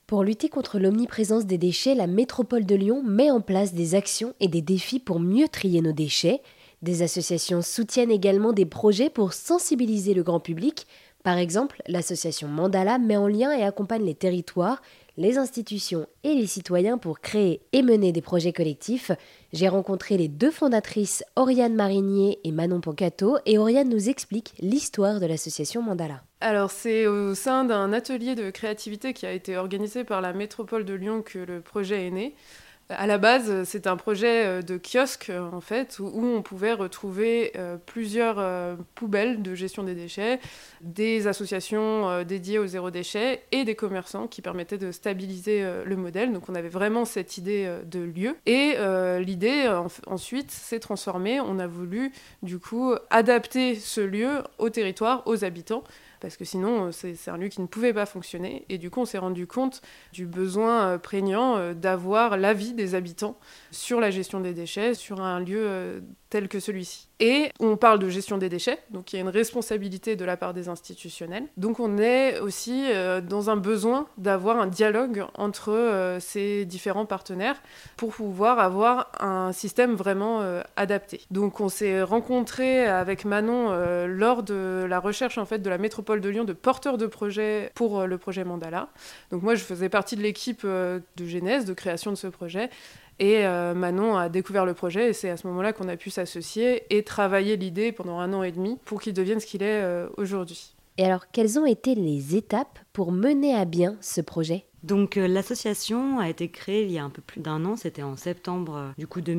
Pour lutter contre l'omniprésence des déchets, la métropole de Lyon met en place des actions et des défis pour mieux trier nos déchets. Des associations soutiennent également des projets pour sensibiliser le grand public. Par exemple, l'association Mandala met en lien et accompagne les territoires, les institutions et les citoyens pour créer et mener des projets collectifs. J'ai rencontré les deux fondatrices, Oriane Marinier et Manon Poncato, et Oriane nous explique l'histoire de l'association Mandala. Alors c'est au sein d'un atelier de créativité qui a été organisé par la métropole de Lyon que le projet est né. À la base, c'est un projet de kiosque, en fait, où on pouvait retrouver plusieurs poubelles de gestion des déchets, des associations dédiées au zéro déchet et des commerçants qui permettaient de stabiliser le modèle. Donc on avait vraiment cette idée de lieu. Et l'idée, ensuite, s'est transformée. On a voulu, du coup, adapter ce lieu au territoire, aux habitants, parce que sinon, c'est un lieu qui ne pouvait pas fonctionner. Et du coup, on s'est rendu compte du besoin prégnant d'avoir l'avis des habitants sur la gestion des déchets, sur un lieu tel que celui-ci. Et on parle de gestion des déchets, donc il y a une responsabilité de la part des institutionnels. Donc on est aussi dans un besoin d'avoir un dialogue entre ces différents partenaires pour pouvoir avoir un système vraiment adapté. Donc on s'est rencontrés avec Manon lors de la recherche en fait, de la métropole de Lyon de porteurs de projets pour le projet Mandala. Donc moi je faisais partie de l'équipe de genèse, de création de ce projet. Et Manon a découvert le projet et c'est à ce moment-là qu'on a pu s'associer et travailler l'idée pendant 1 an et demi pour qu'il devienne ce qu'il est aujourd'hui. Et alors, quelles ont été les étapes pour mener à bien ce projet ? Donc l'association a été créée il y a un peu plus d'1 an, c'était en septembre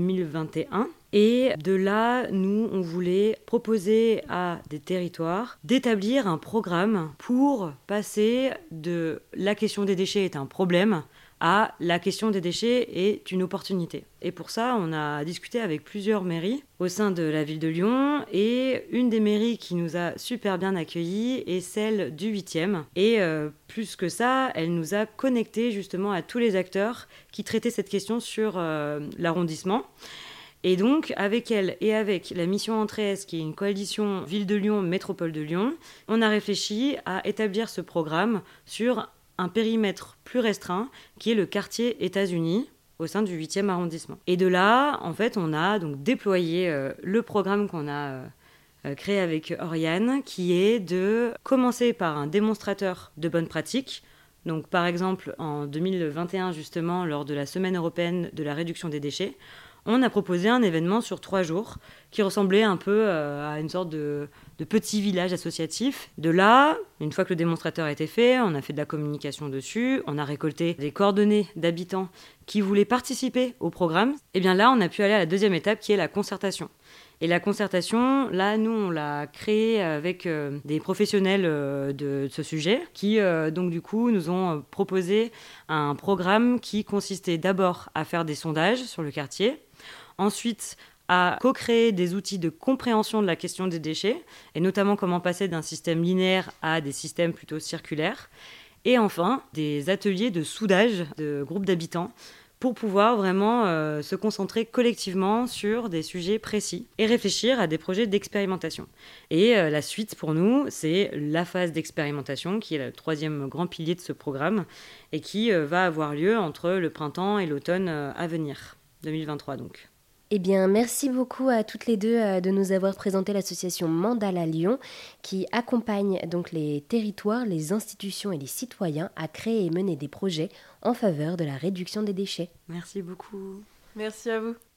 2021. Et de là, nous, on voulait proposer à des territoires d'établir un programme pour passer de la question des déchets est un problème à la question des déchets est une opportunité. Et pour ça, on a discuté avec plusieurs mairies au sein de la ville de Lyon et une des mairies qui nous a super bien accueillis est celle du 8e. Et plus que ça, elle nous a connectés justement à tous les acteurs qui traitaient cette question sur l'arrondissement. Et donc, avec elle et avec la mission Entrées, qui est une coalition Ville de Lyon, Métropole de Lyon, on a réfléchi à établir ce programme sur un périmètre plus restreint, qui est le quartier États-Unis, au sein du 8e arrondissement. Et de là, en fait, on a donc déployé le programme qu'on a créé avec Oriane, qui est de commencer par un démonstrateur de bonnes pratiques. Donc, par exemple, en 2021, justement, lors de la Semaine européenne de la réduction des déchets, on a proposé un événement sur 3 jours qui ressemblait un peu à une sorte de petit village associatif. De là, une fois que le démonstrateur a été fait, on a fait de la communication dessus, on a récolté des coordonnées d'habitants qui voulaient participer au programme. Et bien là, on a pu aller à la deuxième étape qui est la concertation. Et la concertation, là, nous, on l'a créée avec des professionnels de ce sujet qui, donc, du coup, nous ont proposé un programme qui consistait d'abord à faire des sondages sur le quartier, ensuite à co-créer des outils de compréhension de la question des déchets, et notamment comment passer d'un système linéaire à des systèmes plutôt circulaires, et enfin des ateliers de soudage de groupes d'habitants pour pouvoir vraiment se concentrer collectivement sur des sujets précis et réfléchir à des projets d'expérimentation. Et la suite pour nous, c'est la phase d'expérimentation qui est le 3e grand pilier de ce programme et qui va avoir lieu entre le printemps et l'automne à venir, 2023 donc. Eh bien, merci beaucoup à toutes les deux de nous avoir présenté l'association Mandala Lyon qui accompagne donc les territoires, les institutions et les citoyens à créer et mener des projets en faveur de la réduction des déchets. Merci beaucoup. Merci à vous.